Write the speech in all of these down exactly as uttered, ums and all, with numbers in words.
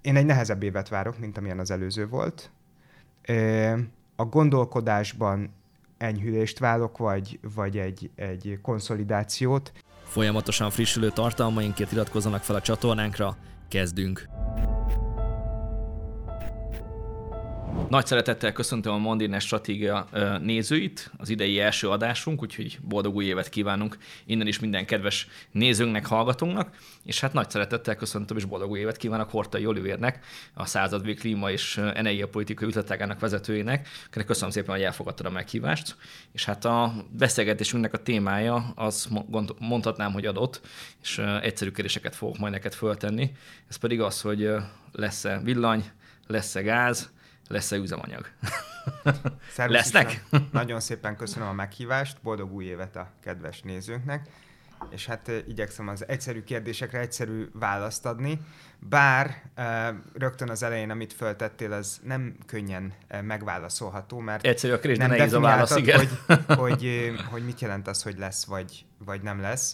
Én egy nehezebb évet várok, mint amilyen az előző volt. A gondolkodásban enyhülést várok, vagy, vagy egy, egy konszolidációt. Folyamatosan frissülő tartalmainkért iratkozzanak fel a csatornánkra, kezdünk! Nagy szeretettel köszöntöm a Mondiner Stratégia nézőit, az idei első adásunk, úgyhogy boldog új évet kívánunk innen is minden kedves nézőnknek, hallgatónknak, és hát nagy szeretettel köszöntöm és boldog új évet kívánok Hortai Olivérnek, a Századvé Klíma és Energiapolitikai Üzletágának vezetőjének. Köszönöm szépen, hogy elfogadtad a meghívást, és hát a beszélgetésünknek a témája, az mondhatnám, hogy adott, és egyszerű kérdéseket fogok majd neked föltenni. Ez pedig az, hogy lesz-e villany, lesz-e gáz, lesz-e üzemanyag? Lesznek? Nagyon szépen köszönöm a meghívást, boldog új évet a kedves nézőnknek, és hát igyekszem az egyszerű kérdésekre egyszerű választ adni, bár rögtön az elején, amit föltettél, az nem könnyen megválaszolható, mert egyszerű a kérdés, nem de nehéz a válasz, igen. Hogy, hogy, hogy mit jelent az, hogy lesz, vagy, vagy nem lesz.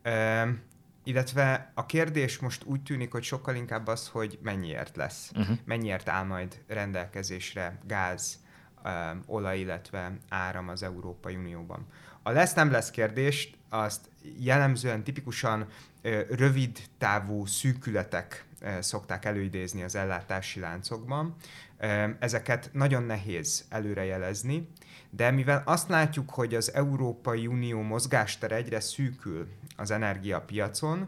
Illetve a kérdés most úgy tűnik, hogy sokkal inkább az, hogy mennyiért lesz. Uh-huh. Mennyiért áll majd rendelkezésre gáz, um, olaj, illetve áram az Európai Unióban. A lesz-nem lesz kérdést, azt jellemzően tipikusan uh, rövid távú szűkületek uh, szokták előidézni az ellátási láncokban. Uh, ezeket nagyon nehéz előrejelezni, de mivel azt látjuk, hogy az Európai Unió mozgástere egyre szűkül az energiapiacon,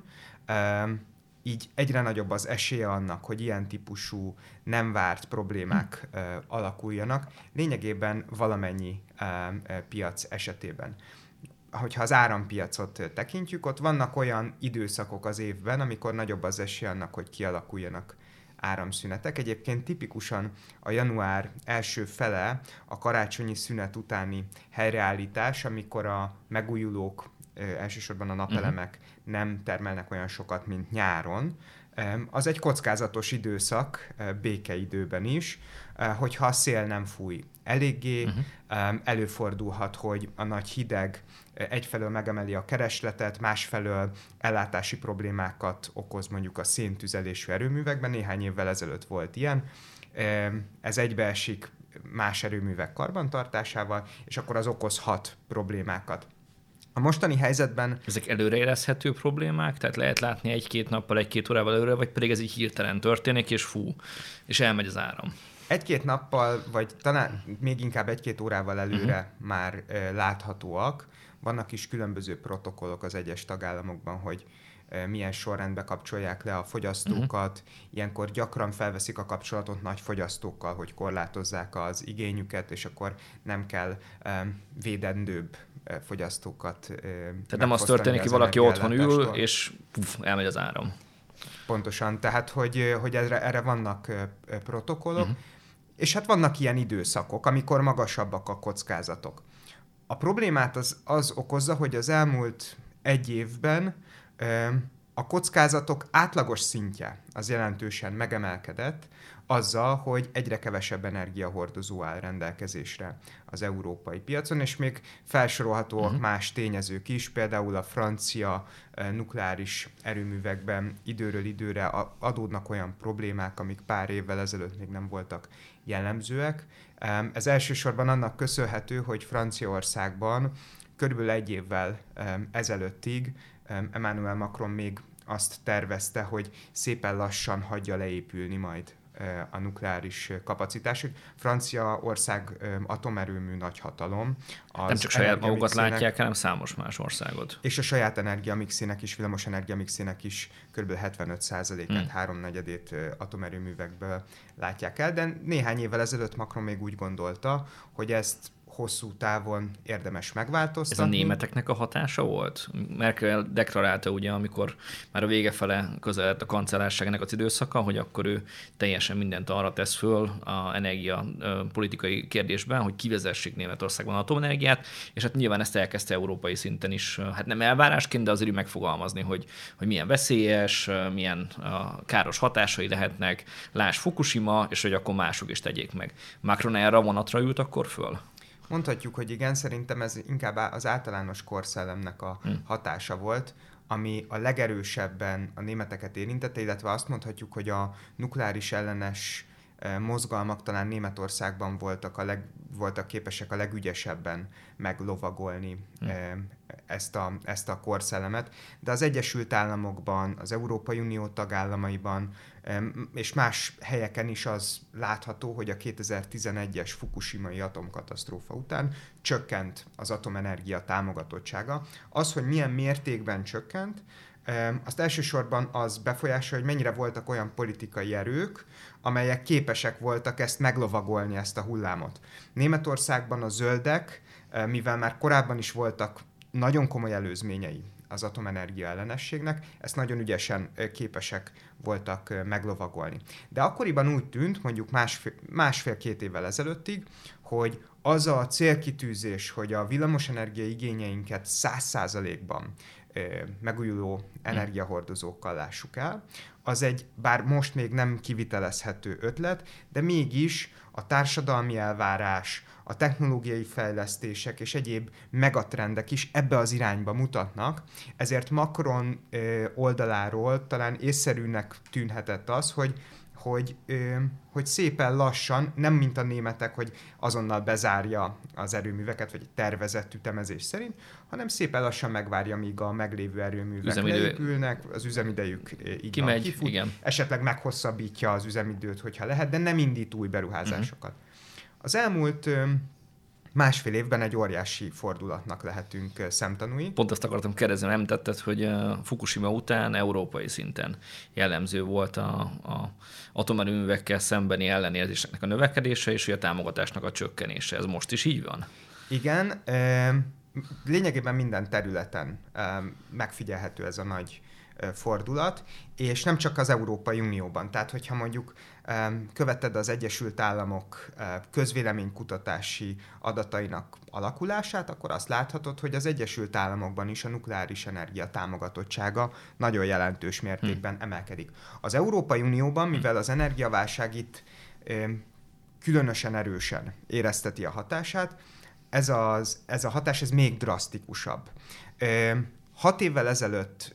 így egyre nagyobb az esélye annak, hogy ilyen típusú nem várt problémák alakuljanak, lényegében valamennyi piac esetében. Hogyha az árampiacot tekintjük, ott vannak olyan időszakok az évben, amikor nagyobb az esély annak, hogy kialakuljanak áramszünetek. Egyébként tipikusan a január első fele a karácsonyi szünet utáni helyreállítás, amikor a megújulók, elsősorban a napelemek uh-huh. nem termelnek olyan sokat, mint nyáron. Az egy kockázatos időszak békeidőben is, hogyha a szél nem fúj eléggé, uh-huh. előfordulhat, hogy a nagy hideg egyfelől megemeli a keresletet, másfelől ellátási problémákat okoz mondjuk a széntüzelésű erőművekben. Néhány évvel ezelőtt volt ilyen. Ez egybeesik más erőművek karbantartásával, és akkor az okozhat problémákat. A mostani helyzetben... Ezek előrejelezhető problémák? Tehát lehet látni egy-két nappal, egy-két órával előre, vagy pedig ez így hirtelen történik, és fú, és elmegy az áram? Egy-két nappal, vagy talán még inkább egy-két órával előre uh-huh. már e, láthatóak. Vannak is különböző protokollok az egyes tagállamokban, hogy e, milyen sorrendbe kapcsolják le a fogyasztókat. Uh-huh. Ilyenkor gyakran felveszik a kapcsolatot nagy fogyasztókkal, hogy korlátozzák az igényüket, és akkor nem kell e, védendőbb fogyasztókat. Tehát nem az történik, hogy valaki otthon ül, és puf, elmegy az áram. Pontosan, tehát hogy, hogy erre, erre vannak protokollok, uh-huh. és hát vannak ilyen időszakok, amikor magasabbak a kockázatok. A problémát az, az okozza, hogy az elmúlt egy évben a kockázatok átlagos szintje az jelentősen megemelkedett, azzal, hogy egyre kevesebb energiahordozó áll rendelkezésre az európai piacon, és még felsorolhatóak uh-huh. más tényezők is, például a francia nukleáris erőművekben időről időre adódnak olyan problémák, amik pár évvel ezelőtt még nem voltak jellemzőek. Ez elsősorban annak köszönhető, hogy Franciaországban körülbelül egy évvel ezelőttig Emmanuel Macron még azt tervezte, hogy szépen lassan hagyja leépülni majd a nukleáris kapacitásuk. Franciaország atomerőmű nagyhatalom. Nem csak saját magukat látják, hanem számos más országot. És a saját energiamixének is, villamos energiamixének is kb. hetvenöt százalékát, hmm. háromnegyedét atomerőművekből látják el, de néhány évvel ezelőtt Macron még úgy gondolta, hogy ezt hosszú távon érdemes megváltoztatni. Ez a németeknek a hatása volt? Merkel deklarálta ugye, amikor már a vége fele közeledett a kancellárságának az időszaka, hogy akkor ő teljesen mindent arra tesz föl a energiapolitikai kérdésben, hogy kivezessék Németországban atomenergiát, és hát nyilván ezt elkezdte európai szinten is, hát nem elvárásként, de azért megfogalmazni, hogy, hogy milyen veszélyes, milyen káros hatásai lehetnek, lásd Fukushima, és hogy akkor mások is tegyék meg. Macron erre a vonatra ült akkor föl? Mondhatjuk, hogy igen, szerintem ez inkább az általános korszellemnek a hmm. hatása volt, ami a legerősebben a németeket érintette, illetve azt mondhatjuk, hogy a nukleáris ellenes mozgalmak talán Németországban voltak, a leg, voltak képesek a legügyesebben meglovagolni hmm. ezt, a, ezt a korszellemet, de az Egyesült Államokban, az Európai Unió tagállamaiban és más helyeken is az látható, hogy a kétezer-tizenegyes fukushimai atomkatasztrófa után csökkent az atomenergia támogatottsága. Az, hogy milyen mértékben csökkent, azt elsősorban az befolyásolja, hogy mennyire voltak olyan politikai erők, amelyek képesek voltak ezt meglovagolni, ezt a hullámot. Németországban a zöldek, mivel már korábban is voltak nagyon komoly előzményei az atomenergia ellenességnek, ezt nagyon ügyesen képesek voltak meglovagolni. De akkoriban úgy tűnt, mondjuk másfél, másfél-két évvel ezelőttig, hogy az a célkitűzés, hogy a villamosenergia igényeinket száz százalékban megújuló energiahordozókkal lássuk el, az egy, bár most még nem kivitelezhető ötlet, de mégis a társadalmi elvárás, a technológiai fejlesztések és egyéb megatrendek is ebbe az irányba mutatnak, ezért Macron oldaláról talán észszerűnek tűnhetett az, hogy Hogy, hogy szépen lassan, nem mint a németek, hogy azonnal bezárja az erőműveket, vagy egy tervezett ütemezés szerint, hanem szépen lassan megvárja, míg a meglévő erőművek Üzemidő... leépülnek, az üzemidejük így kimegy, kifut, igen. Esetleg meghosszabbítja az üzemidőt, hogyha lehet, de nem indít új beruházásokat. Uh-huh. Az elmúlt másfél évben egy óriási fordulatnak lehetünk szemtanúi. Pont azt akartam kérdezni, nem tetted, hogy Fukushima után európai szinten jellemző volt a, a atomerőművekkel szembeni ellenérzéseknek a növekedése, és a támogatásnak a csökkenése. Ez most is így van? Igen. Lényegében minden területen megfigyelhető ez a nagy fordulat, és nem csak az Európai Unióban. Tehát, hogyha mondjuk követed az Egyesült Államok közvéleménykutatási adatainak alakulását, akkor azt láthatod, hogy az Egyesült Államokban is a nukleáris energia támogatottsága nagyon jelentős mértékben hmm. emelkedik. Az Európai Unióban, mivel az energiaválság itt különösen erősen érezteti a hatását, ez, az, ez a hatás ez még drasztikusabb. Hat évvel ezelőtt,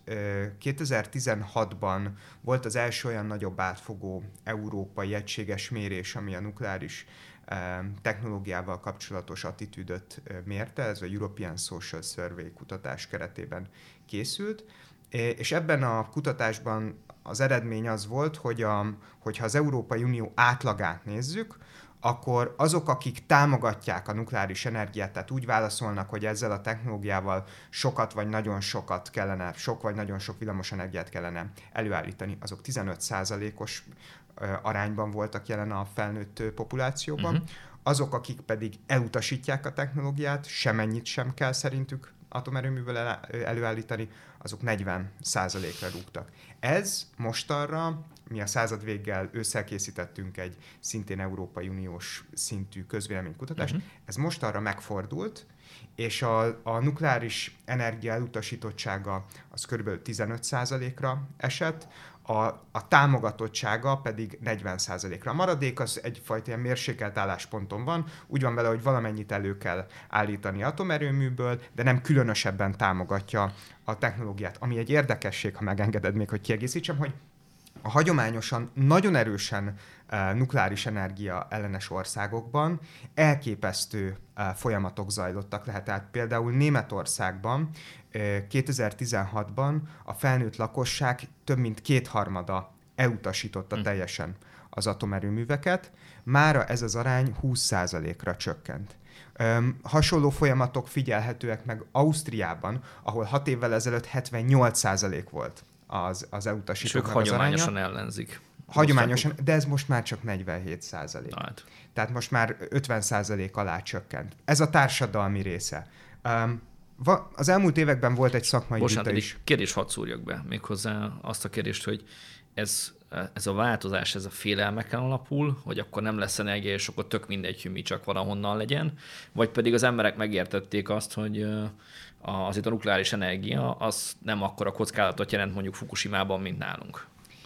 kétezer-tizenhatban volt az első olyan nagyobb átfogó európai egységes mérés, ami a nukleáris technológiával kapcsolatos attitűdöt mérte, ez a European Social Survey kutatás keretében készült, és ebben a kutatásban az eredmény az volt, hogy a, hogyha az Európai Unió átlagát nézzük, akkor azok, akik támogatják a nukleáris energiát, tehát úgy válaszolnak, hogy ezzel a technológiával sokat vagy nagyon sokat kellene, sok vagy nagyon sok villamos energiát kellene előállítani, azok tizenöt százalékos arányban voltak jelen a felnőtt populációban. Uh-huh. Azok, akik pedig elutasítják a technológiát, semennyit sem kell szerintük atomerőművel előállítani, azok negyven százalékra rúgtak. Ez mostanra, mi a század véggel ősszel készítettünk egy szintén Európai Uniós szintű közvéleménykutatást, uh-huh. ez mostanra megfordult, és a, a nukleáris energia elutasítottsága az kb. tizenöt százalékra esett, a, a támogatottsága pedig negyven százalékra. A maradék az egyfajta ilyen mérsékelt állásponton van, úgy van vele, hogy valamennyit elő kell állítani atomerőműből, de nem különösebben támogatja a technológiát. Ami egy érdekesség, ha megengeded még, hogy kiegészítsem, hogy a hagyományosan nagyon erősen uh, nukleáris energia ellenes országokban elképesztő uh, folyamatok zajlottak le. Tehát például Németországban uh, kétezer-tizenhatban a felnőtt lakosság több mint kétharmada elutasította hmm. teljesen az atomerőműveket. Mára ez az arány húsz százalékra csökkent. Um, hasonló folyamatok figyelhetőek meg Ausztriában, ahol hat évvel ezelőtt hetvennyolc százalék volt az, az elutasítóknak az aránya. És ők hagyományosan ellenzik. Hagyományosan, de ez most már csak negyvenhét százalék. Hát. Tehát most már ötven százalék alá csökkent. Ez a társadalmi része. Um, va, az elmúlt években volt egy szakmai Bocsánat, vita is. Kérdés hadd szúrjak be, méghozzá azt a kérdést, hogy ez, ez a változás, ez a félelmeken alapul, hogy akkor nem lesz energia, és akkor tök mindegy, hogy mi csak valahonnan legyen, vagy pedig az emberek megértették azt, hogy azért a nukleáris energia az nem akkora kockázatot jelent mondjuk Fukushimában, mint nálunk.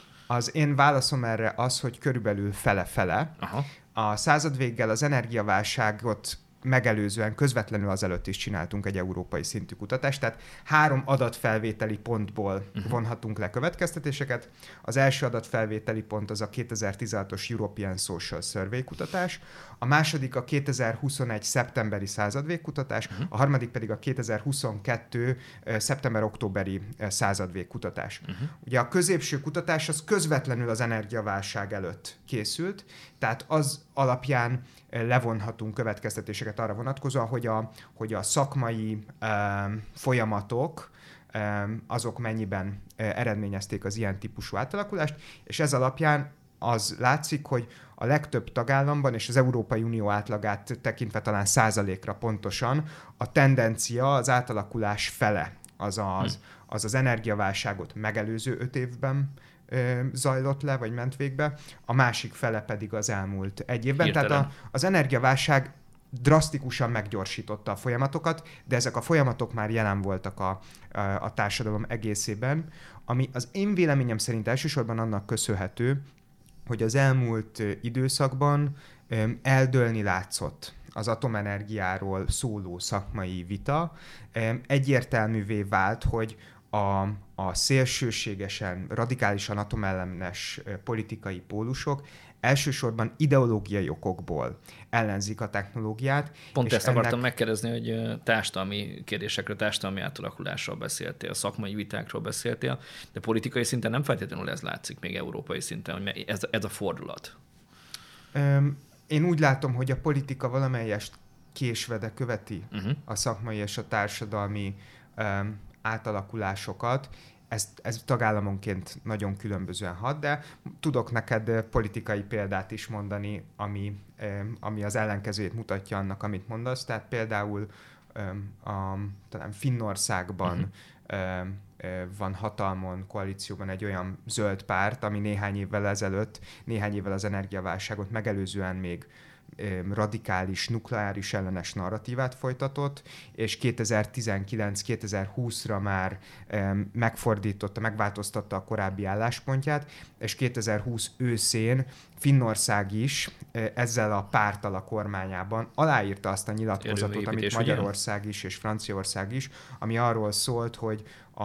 Az én válaszom erre az, hogy körülbelül fele-fele. Aha. A század véggel az energiaválságot megelőzően, közvetlenül azelőtt is csináltunk egy európai szintű kutatást, tehát három adatfelvételi pontból uh-huh. vonhatunk le következtetéseket. Az első adatfelvételi pont az a kétezer-tizenhatos European Social Survey kutatás, a második a kétezer-huszonegy szeptemberi századvégkutatás, uh-huh. a harmadik pedig a kétezer-huszonkettő szeptember-októberi századvégkutatás. Uh-huh. Ugye a középső kutatás az közvetlenül az energiaválság előtt készült, tehát az alapján levonhatunk következtetéseket arra vonatkozóan, hogy a, hogy a szakmai um, folyamatok um, azok mennyiben uh, eredményezték az ilyen típusú átalakulást, és ez alapján az látszik, hogy a legtöbb tagállamban, és az Európai Unió átlagát tekintve talán százalékra pontosan, a tendencia az átalakulás fele, azaz az az energiaválságot megelőző öt évben zajlott le, vagy ment végbe, a másik fele pedig az elmúlt egy évben. Hirtelen. Tehát a, az energiaválság drasztikusan meggyorsította a folyamatokat, de ezek a folyamatok már jelen voltak a, a, a társadalom egészében, ami az én véleményem szerint elsősorban annak köszönhető, hogy az elmúlt időszakban eldőlni látszott az atomenergiáról szóló szakmai vita. Egyértelművé vált, hogy a, a szélsőségesen, radikálisan atomellenes politikai pólusok elsősorban ideológiai okokból ellenzik a technológiát. Pont ezt ennek... akartam megkérdezni, hogy társadalmi kérdésekről, társadalmi átalakulásról beszéltél, szakmai vitákról beszéltél, de politikai szinten nem feltétlenül ez látszik még európai szinten, hogy ez, ez a fordulat. Öm, én úgy látom, hogy a politika valamelyest késve, de követi uh-huh. a szakmai és a társadalmi öm, átalakulásokat. Ez, ez tagállamonként nagyon különbözően hat, de tudok neked politikai példát is mondani, ami, ami az ellenkezőjét mutatja annak, amit mondasz. Tehát például a, talán Finnországban uh-huh. van hatalmon, koalícióban egy olyan zöld párt, ami néhány évvel ezelőtt, néhány évvel az energiaválságot megelőzően még radikális, nukleáris ellenes narratívát folytatott, és kétezer-tizenkilenc-kétezer-húszra már megfordította, megváltoztatta a korábbi álláspontját, és kétezer-húsz őszén Finnország is ezzel a párttal a kormányában aláírta azt a nyilatkozatot, amit Magyarország ugye? is és Franciaország is, ami arról szólt, hogy a,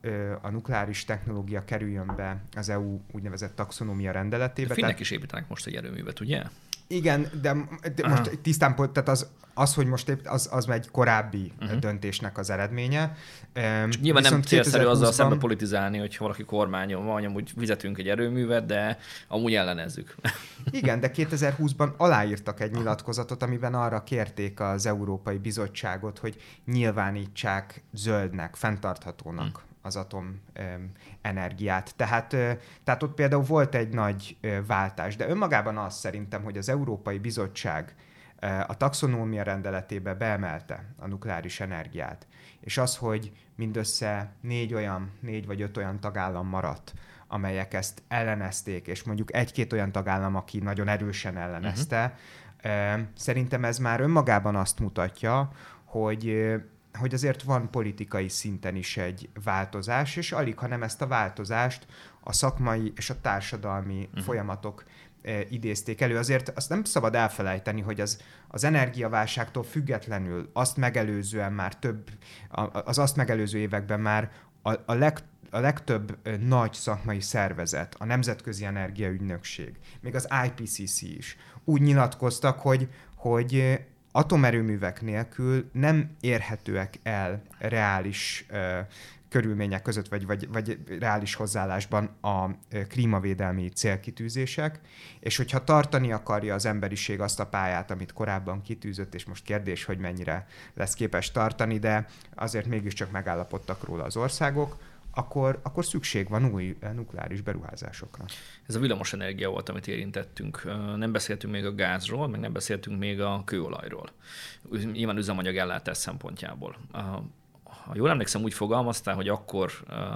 a nukleáris technológia kerüljön be az é u úgynevezett taxonómia rendeletébe. A finnek is építenek most egy erőművet, ugye? Igen, de, de most tisztán, tehát az, az, hogy most épp, az, az egy korábbi uh-huh. döntésnek az eredménye. Csak nyilván nem célszerű azzal szembe politizálni, hogy valaki kormányon van, amúgy fizetünk egy erőművet, de amúgy ellenezzük. Igen, de kétezer-húszban aláírtak egy nyilatkozatot, amiben arra kérték az Európai Bizottságot, hogy nyilvánítsák zöldnek, fenntarthatónak hmm. az atom um, energiát. Tehát, uh, tehát ott például volt egy nagy uh, váltás, de önmagában az szerintem, hogy az Európai Bizottság uh, a taxonómia rendeletébe beemelte a nukleáris energiát, és az, hogy mindössze négy olyan, négy vagy öt olyan tagállam maradt, amelyek ezt ellenezték, és mondjuk egy-két olyan tagállam, aki nagyon erősen ellenezte, uh-huh. uh, szerintem ez már önmagában azt mutatja, hogy uh, hogy azért van politikai szinten is egy változás, és alig, hanem ezt a változást a szakmai és a társadalmi uh-huh. folyamatok e, idézték elő. Azért azt nem szabad elfelejteni, hogy az, az energiaválságtól függetlenül azt megelőzően már több, az azt megelőző években már a, a, leg, a legtöbb nagy szakmai szervezet, a Nemzetközi Energiaügynökség, még az i pé cé cé is úgy nyilatkoztak, hogy, hogy atomerőművek nélkül nem érhetőek el reális uh, körülmények között, vagy, vagy, vagy reális hozzáállásban a uh, klímavédelmi célkitűzések, és hogyha tartani akarja az emberiség azt a pályát, amit korábban kitűzött, és most kérdés, hogy mennyire lesz képes tartani, de azért mégiscsak megállapodtak róla az országok, Akkor, akkor szükség van új nukleáris beruházásokra. Ez a villamosenergia volt, amit érintettünk. Nem beszéltünk még a gázról, meg nem beszéltünk még a kőolajról. Nyilván üzemanyag ellátás szempontjából. Ha jól emlékszem, úgy fogalmaztál, hogy akkor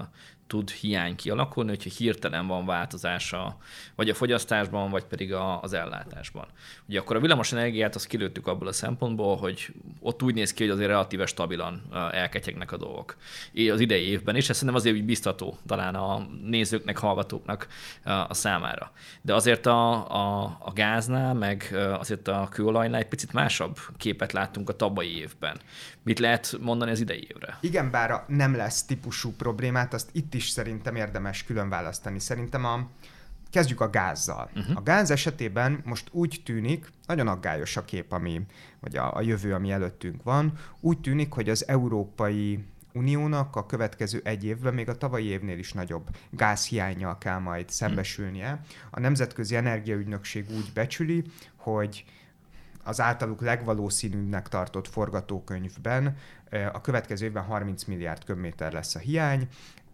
tud hiány kialakulni, hogyha hirtelen van változása vagy a fogyasztásban, vagy pedig a, az ellátásban. Ugye akkor a villamos energiát azt kilőttük abból a szempontból, hogy ott úgy néz ki, hogy azért relatíve stabilan elketyegnek a dolgok. Az idei évben is, ez szerintem azért úgy biztató talán a nézőknek, hallgatóknak a számára. De azért a, a, a gáznál, meg azért a kőolajnál egy picit másabb képet láttunk a tavalyi évben. Mit lehet mondani az idei évre? Igen, bár a nem lesz típusú problémát, azt itt is szerintem érdemes külön választani. Szerintem a... kezdjük a gázzal. Uh-huh. A gáz esetében most úgy tűnik, nagyon aggályos a kép, ami, vagy a, a jövő, ami előttünk van, úgy tűnik, hogy az Európai Uniónak a következő egy évben még a tavalyi évnél is nagyobb gázhiánnyal kell majd szembesülnie. A Nemzetközi Energiaügynökség úgy becsüli, hogy az általuk legvalószínűbbnek tartott forgatókönyvben a következő évben harminc milliárd köbméter lesz a hiány,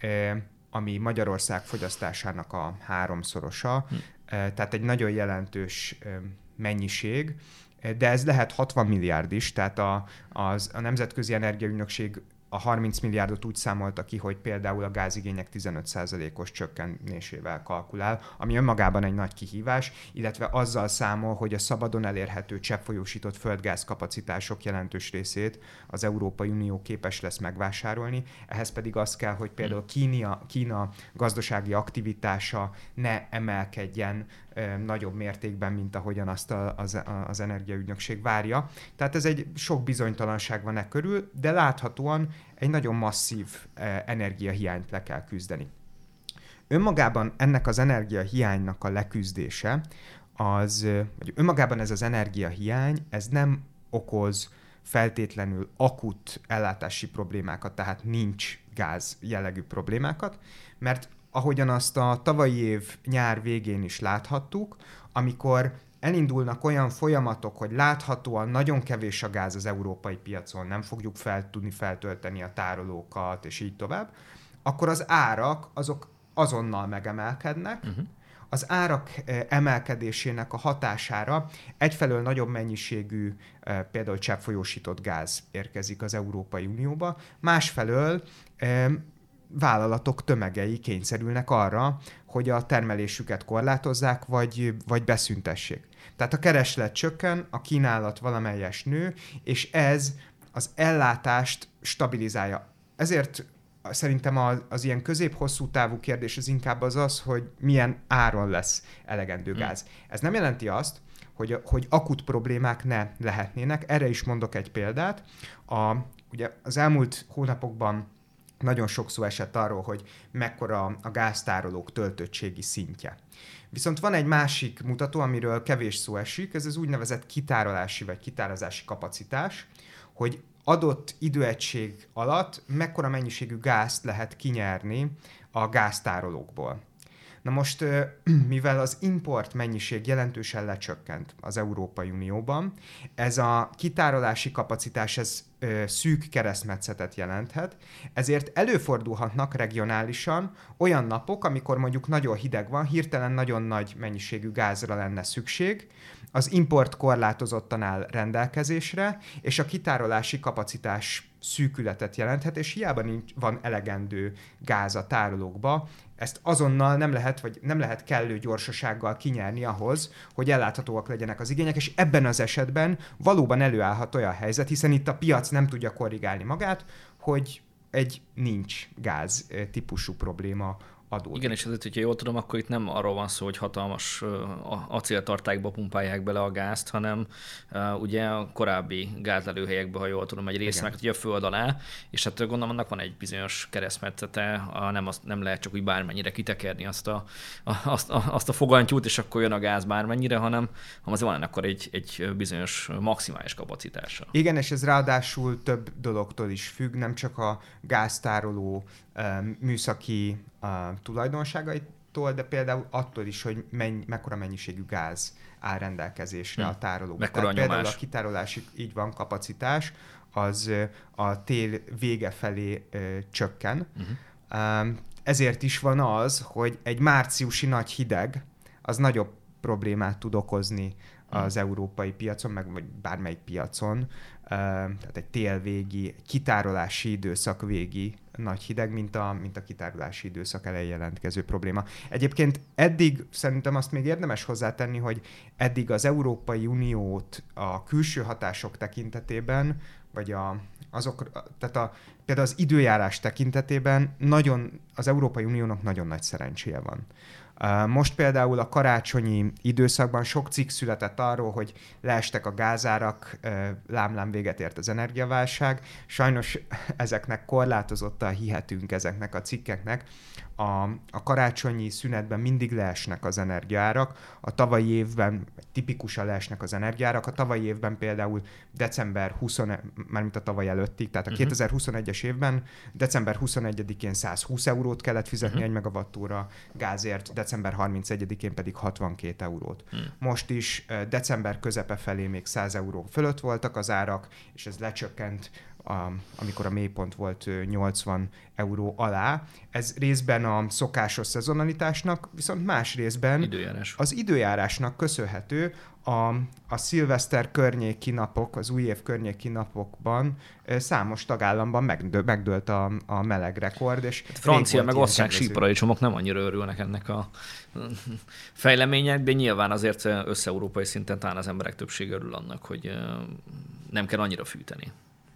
ami Magyarország fogyasztásának a háromszorosa, hm. tehát egy nagyon jelentős mennyiség, de ez lehet hatvan milliárd is, tehát a, az, a Nemzetközi Energiaügynökség a harminc milliárdot úgy számolta ki, hogy például a gázigények tizenöt százalékos csökkenésével kalkulál, ami önmagában egy nagy kihívás, illetve azzal számol, hogy a szabadon elérhető cseppfolyósított földgáz kapacitások jelentős részét az Európai Unió képes lesz megvásárolni. Ehhez pedig az kell, hogy például Kína, Kína gazdasági aktivitása ne emelkedjen ö, nagyobb mértékben, mint ahogyan azt a, az, az energiaügynökség várja. Tehát ez egy sok bizonytalanság van e körül, de láthatóan egy nagyon masszív eh, energiahiányt le kell küzdeni. Önmagában ennek az energiahiánynak a leküzdése, az, vagy önmagában ez az energiahiány, ez nem okoz feltétlenül akut ellátási problémákat, tehát nincs gáz jellegű problémákat, mert ahogyan azt a tavalyi év nyár végén is láthattuk, amikor elindulnak olyan folyamatok, hogy láthatóan nagyon kevés a gáz az európai piacon, nem fogjuk fel tudni feltölteni a tárolókat, és így tovább, akkor az árak azok azonnal megemelkednek. Uh-huh. Az árak emelkedésének a hatására egyfelől nagyobb mennyiségű például cseppfolyósított gáz érkezik az Európai Unióba, másfelől vállalatok tömegei kényszerülnek arra, hogy a termelésüket korlátozzák, vagy, vagy beszüntessék. Tehát a kereslet csökken, a kínálat valamelyes nő, és ez az ellátást stabilizálja. Ezért szerintem az, az ilyen közép-hosszú távú kérdés az inkább az az, hogy milyen áron lesz elegendő gáz. Hmm. Ez nem jelenti azt, hogy, hogy akut problémák ne lehetnének. Erre is mondok egy példát. A, ugye az elmúlt hónapokban nagyon sok szó esett arról, hogy mekkora a gáztárolók töltöttségi szintje. Viszont van egy másik mutató, amiről kevés szó esik, ez az úgynevezett kitárolási vagy kitározási kapacitás, hogy adott időegység alatt mekkora mennyiségű gázt lehet kinyerni a gáztárolókból. Na most, mivel az import mennyiség jelentősen lecsökkent az Európai Unióban, ez a kitárolási kapacitás, ez ö, szűk keresztmetszetet jelenthet, ezért előfordulhatnak regionálisan olyan napok, amikor mondjuk nagyon hideg van, hirtelen nagyon nagy mennyiségű gázra lenne szükség, az import korlátozottan áll rendelkezésre, és a kitárolási kapacitás szűkületet jelenthet, és hiába nincs, van elegendő gáz a tárolókba, ezt azonnal nem lehet, vagy nem lehet kellő gyorsasággal kinyerni ahhoz, hogy elláthatóak legyenek az igények, és ebben az esetben valóban előállhat olyan helyzet, hiszen itt a piac nem tudja korrigálni magát, hogy egy nincs gáz típusú probléma adódik. Igen, és azért, hogyha jól tudom, akkor itt nem arról van szó, hogy hatalmas acéltartályba pumpálják bele a gázt, hanem uh, ugye a korábbi gázlelőhelyekbe, ha jól tudom, egy résznek ugye a föld alá, és hát gondolom, annak van egy bizonyos keresztmetszete, nem, azt, nem lehet csak úgy bármennyire kitekerni azt a, a, azt, a, azt a fogantyút, és akkor jön a gáz bármennyire, hanem, hanem az van akkor egy, egy bizonyos maximális kapacitása. Igen, és ez ráadásul több dologtól is függ, nem csak a gáztároló műszaki uh, tulajdonságaitól, de például attól is, hogy menny, mekkora mennyiségű gáz áll rendelkezésre hmm. a tárolóban. Mekkora Tehát például a kitárolási így van kapacitás, az uh, a tél vége felé uh, csökken. Uh-huh. Um, ezért is van az, hogy egy márciusi nagy hideg az nagyobb problémát tud okozni az európai piacon, meg vagy bármelyik piacon. Tehát egy télvégi, egy kitárolási időszak végi nagy hideg, mint a, mint a kitárolási időszak elején jelentkező probléma. Egyébként eddig szerintem azt még érdemes hozzátenni, hogy eddig az Európai Uniót a külső hatások tekintetében, vagy a, azok, tehát a, például az időjárás tekintetében nagyon, az Európai Uniónak nagyon nagy szerencséje van. Most például a karácsonyi időszakban sok cikk született arról, hogy leestek a gázárak, lámlám véget ért az energiaválság. Sajnos ezeknek korlátozottan hihetünk, ezeknek a cikkeknek. A, a karácsonyi szünetben mindig leesnek az energiaárak. A tavalyi évben tipikusan leesnek az energiaárak. A tavalyi évben például december huszonegyedikén, mármint a tavaly előttig, tehát a uh-huh. kétezer-huszonegyes évben december huszonegyedikén százhúsz eurót kellett fizetni uh-huh. egy megawattóra gázért, december harmincegyedikén pedig hatvankét eurót. Uh-huh. Most is december közepe felé még száz euró fölött voltak az árak, és ez lecsökkent, A, amikor a mélypont volt nyolcvan euró alá. Ez részben a szokásos szezonalitásnak, viszont más részben Időjárás. az időjárásnak köszönhető. A, a szilveszter környéki napok, az új év környéki napokban számos tagállamban megdő, megdőlt a, a meleg rekord. És hát francia meg osztrák síparadicsomok nem annyira örülnek ennek a fejlemények, de nyilván azért össze-európai szinten talán az emberek többsége örül annak, hogy nem kell annyira fűteni.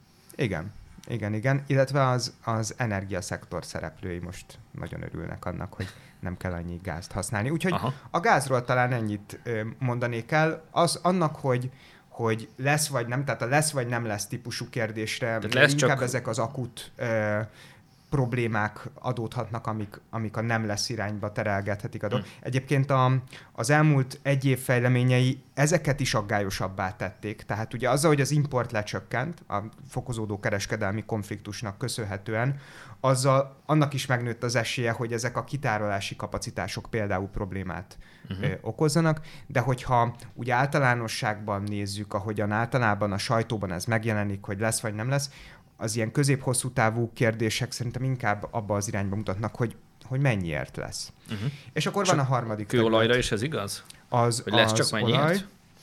Igen, igen, igen. Illetve az, az energiaszektor szereplői most nagyon örülnek annak, hogy nem kell annyi gázt használni. Úgyhogy Aha. a gázról talán ennyit mondanék el. Az annak, hogy, hogy lesz vagy nem, tehát a lesz vagy nem lesz típusú kérdésre inkább csak... ezek az akut ö, problémák adódhatnak, amik, amik a nem lesz irányba terelgethetik a dolgot. Hmm. Egyébként a, az elmúlt egy év fejleményei ezeket is aggályosabbá tették. Tehát ugye azzal, hogy az import lecsökkent a fokozódó kereskedelmi konfliktusnak köszönhetően, azzal annak is megnőtt az esélye, hogy ezek a kitárolási kapacitások például problémát uh-huh. ö, okozzanak, de hogyha ugye általánosságban nézzük, ahogyan általában a sajtóban ez megjelenik, hogy lesz vagy nem lesz, az ilyen közép-hosszú távú kérdések szerintem inkább abba az irányba mutatnak, hogy, hogy mennyiért lesz. Uh-huh. És akkor csak van a harmadik kőolajra terület. Is ez igaz? Az, hogy lesz az csak mennyiért? Olaj.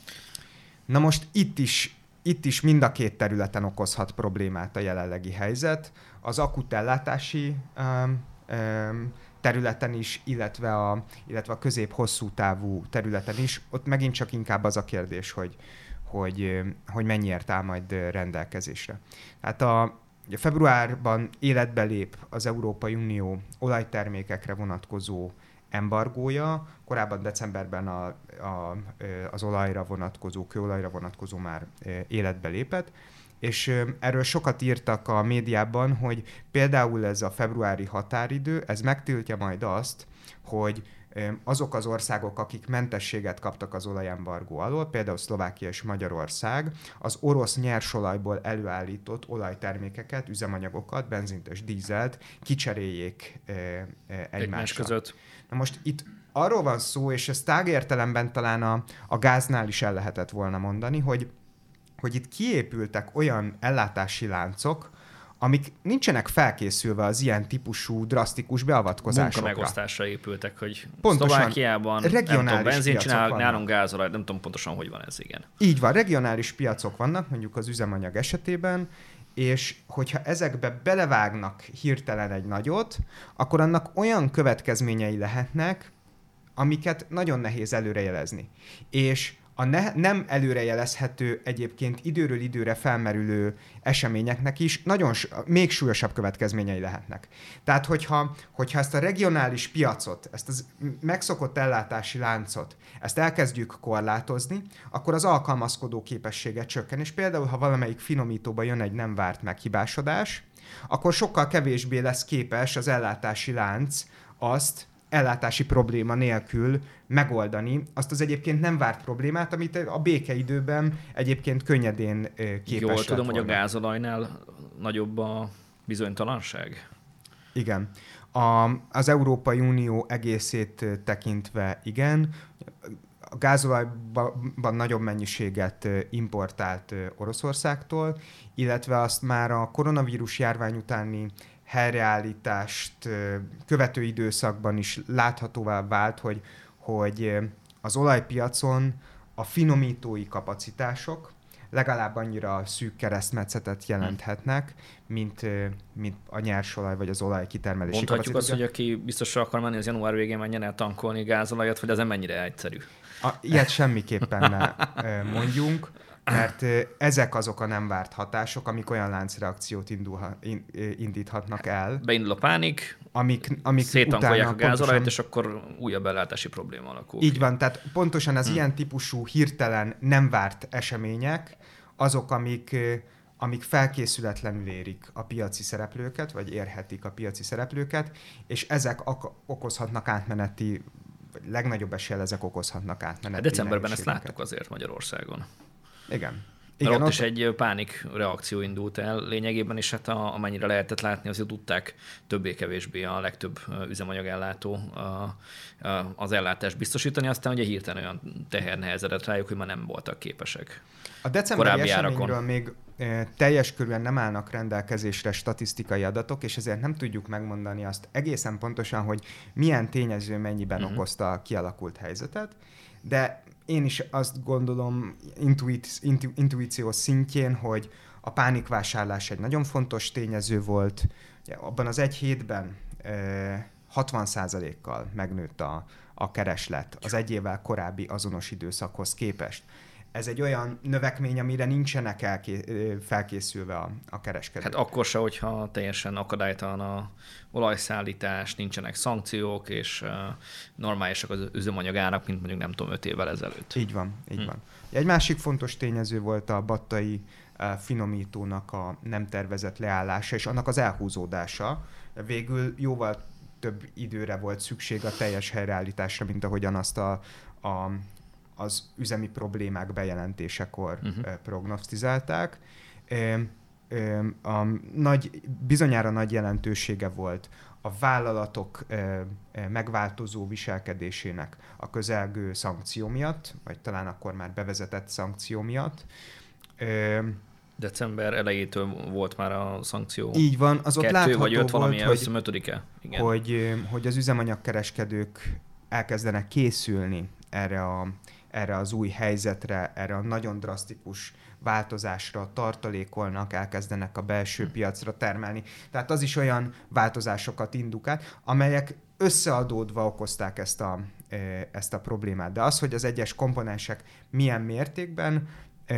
Na most itt is, itt is mind a két területen okozhat problémát a jelenlegi helyzet. Az akut ellátási um, um, területen is, illetve a, illetve a közép-hosszú távú területen is. Ott megint csak inkább az a kérdés, hogy Hogy, hogy mennyiért áll majd rendelkezésre. Tehát a, ugye februárban életbe lép az Európai Unió olajtermékekre vonatkozó embargója, korábban decemberben a, a, az olajra vonatkozó, kőolajra vonatkozó már életbe lépett, és erről sokat írtak a médiában, hogy például ez a februári határidő, ez megtiltja majd azt, hogy azok az országok, akik mentességet kaptak az olajembargó alól, például Szlovákia és Magyarország, az orosz nyersolajból előállított olajtermékeket, üzemanyagokat, benzint és dízelt kicseréljék e, e, egymásra. Egymás között. Na most itt arról van szó, és ez tágértelemben talán a, a gáznál is el lehetett volna mondani, hogy, hogy itt kiépültek olyan ellátási láncok, amik nincsenek felkészülve az ilyen típusú drasztikus beavatkozásokra. Munkamegosztásra épültek, hogy pontosan, Szlovákiában nem tudom, benzin csinál, nálunk gázolaj, nem tudom pontosan, hogy van ez, igen. Így van, regionális piacok vannak, mondjuk az üzemanyag esetében, és hogyha ezekbe belevágnak hirtelen egy nagyot, akkor annak olyan következményei lehetnek, amiket nagyon nehéz előrejelezni. És a ne- nem előrejelezhető egyébként időről időre felmerülő eseményeknek is nagyon még súlyosabb következményei lehetnek. Tehát, hogyha, hogyha ezt a regionális piacot, ezt az megszokott ellátási láncot, ezt elkezdjük korlátozni, akkor az alkalmazkodó képessége csökken, és például, ha valamelyik finomítóba jön egy nem várt meghibásodás, akkor sokkal kevésbé lesz képes az ellátási lánc azt ellátási probléma nélkül megoldani azt az egyébként nem várt problémát, amit a békeidőben egyébként könnyedén képes Jól lett tudom, volna. hogy a gázolajnál nagyobb a bizonytalanság? Igen. A, az Európai Unió egészét tekintve igen. A gázolajban nagyobb mennyiséget importált Oroszországtól, illetve azt már a koronavírus járvány utáni helyreállítást követő időszakban is láthatóvá vált, hogy, hogy az olajpiacon a finomítói kapacitások legalább annyira szűk keresztmetszetet jelenthetnek, mint, mint a nyersolaj vagy az olaj kitermelési Mondhatjuk kapacitás. azt, hogy aki biztosra akar menni, az január végén menjen el tankolni gázolajat, vagy ez nem mennyire egyszerű? A, ilyet semmiképpen ne mondjunk, mert ezek azok a nem várt hatások, amik olyan láncreakciót indulha, indíthatnak el. Beindul a pánik, amik, amik széttankolják a gázolajat, pontosan, és akkor újabb ellátási probléma alakul. Így van, tehát pontosan az hmm. ilyen típusú hirtelen nem várt események, azok, amik, amik felkészületlenül érik a piaci szereplőket, vagy érhetik a piaci szereplőket, és ezek ak- okozhatnak átmeneti, vagy legnagyobb eséllyel ezek okozhatnak átmeneti. Decemberben ezt láttuk azért Magyarországon. Igen. Igen, ott, ott is egy pánik reakció indult el lényegében, és hát a, amennyire lehetett látni, azért tudták többé-kevésbé a legtöbb üzemanyagellátó az ellátást biztosítani, aztán ugye hirtelen olyan teher nehezedett rájuk, hogy már nem voltak képesek. A decemberi eseményről még e, teljes körülön nem állnak rendelkezésre statisztikai adatok, és ezért nem tudjuk megmondani azt egészen pontosan, hogy milyen tényező mennyiben uh-huh. okozta a kialakult helyzetet, de én is azt gondolom intuit, intu, intuíció szintjén, hogy a pánikvásárlás egy nagyon fontos tényező volt. Abban az egy hétben e, hatvan százalékkal megnőtt a, a kereslet az egy évvel korábbi azonos időszakhoz képest. Ez egy olyan növekmény, amire nincsenek elké- felkészülve a, a kereskedők. Hát akkor se, hogyha teljesen akadálytalan a olajszállítás, nincsenek szankciók, és uh, normálisak az üzemanyagárak, mint mondjuk nem tudom, öt évvel ezelőtt. Így van, így hm. van. Egy másik fontos tényező volt a battai uh, finomítónak a nem tervezett leállása, és annak az elhúzódása. Végül jóval több időre volt szükség a teljes helyreállításra, mint ahogyan azt a, a az üzemi problémák bejelentésekor uh-huh. prognosztizálták. A nagy, bizonyára nagy jelentősége volt a vállalatok megváltozó viselkedésének a közelgő szankció miatt, vagy talán akkor már bevezetett szankció miatt. December elejétől volt már a szankció. Így van, az ott kettő, látható vagy öt valami volt, hogy, ötödike. Igen. Hogy, hogy az üzemanyagkereskedők elkezdenek készülni erre a erre az új helyzetre, erre a nagyon drasztikus változásra tartalékolnak, elkezdenek a belső piacra termelni. Tehát az is olyan változásokat indukált, amelyek összeadódva okozták ezt a, ezt a problémát. De az, hogy az egyes komponensek milyen mértékben,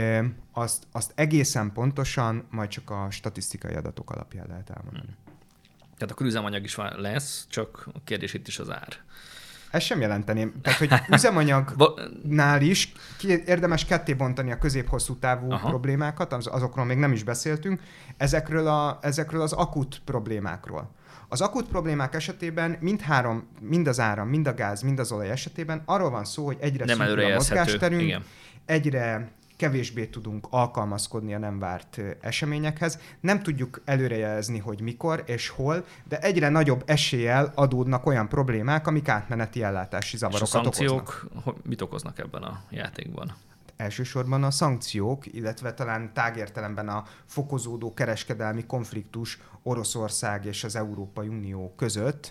azt, azt egészen pontosan majd csak a statisztikai adatok alapján lehet elmondani. Tehát akkor üzemanyag is lesz, csak a kérdés itt is az ár. Ezt sem jelenteném. Tehát, hogy üzemanyagnál is érdemes ketté bontani a közép-hosszú távú Aha. problémákat, azokról még nem is beszéltünk, ezekről, a, ezekről az akut problémákról. Az akut problémák esetében mindhárom, mind az áram, mind a gáz, mind az olaj esetében arról van szó, hogy egyre szűkül a mozgásterünk, igen. egyre kevésbé tudunk alkalmazkodni a nem várt eseményekhez. Nem tudjuk előrejelezni, hogy mikor és hol, de egyre nagyobb eséllyel adódnak olyan problémák, amik átmeneti ellátási zavarokat okoznak. És a szankciók okoznak. Mit okoznak ebben a játékban? Elsősorban a szankciók, illetve talán tágértelemben a fokozódó kereskedelmi konfliktus Oroszország és az Európai Unió között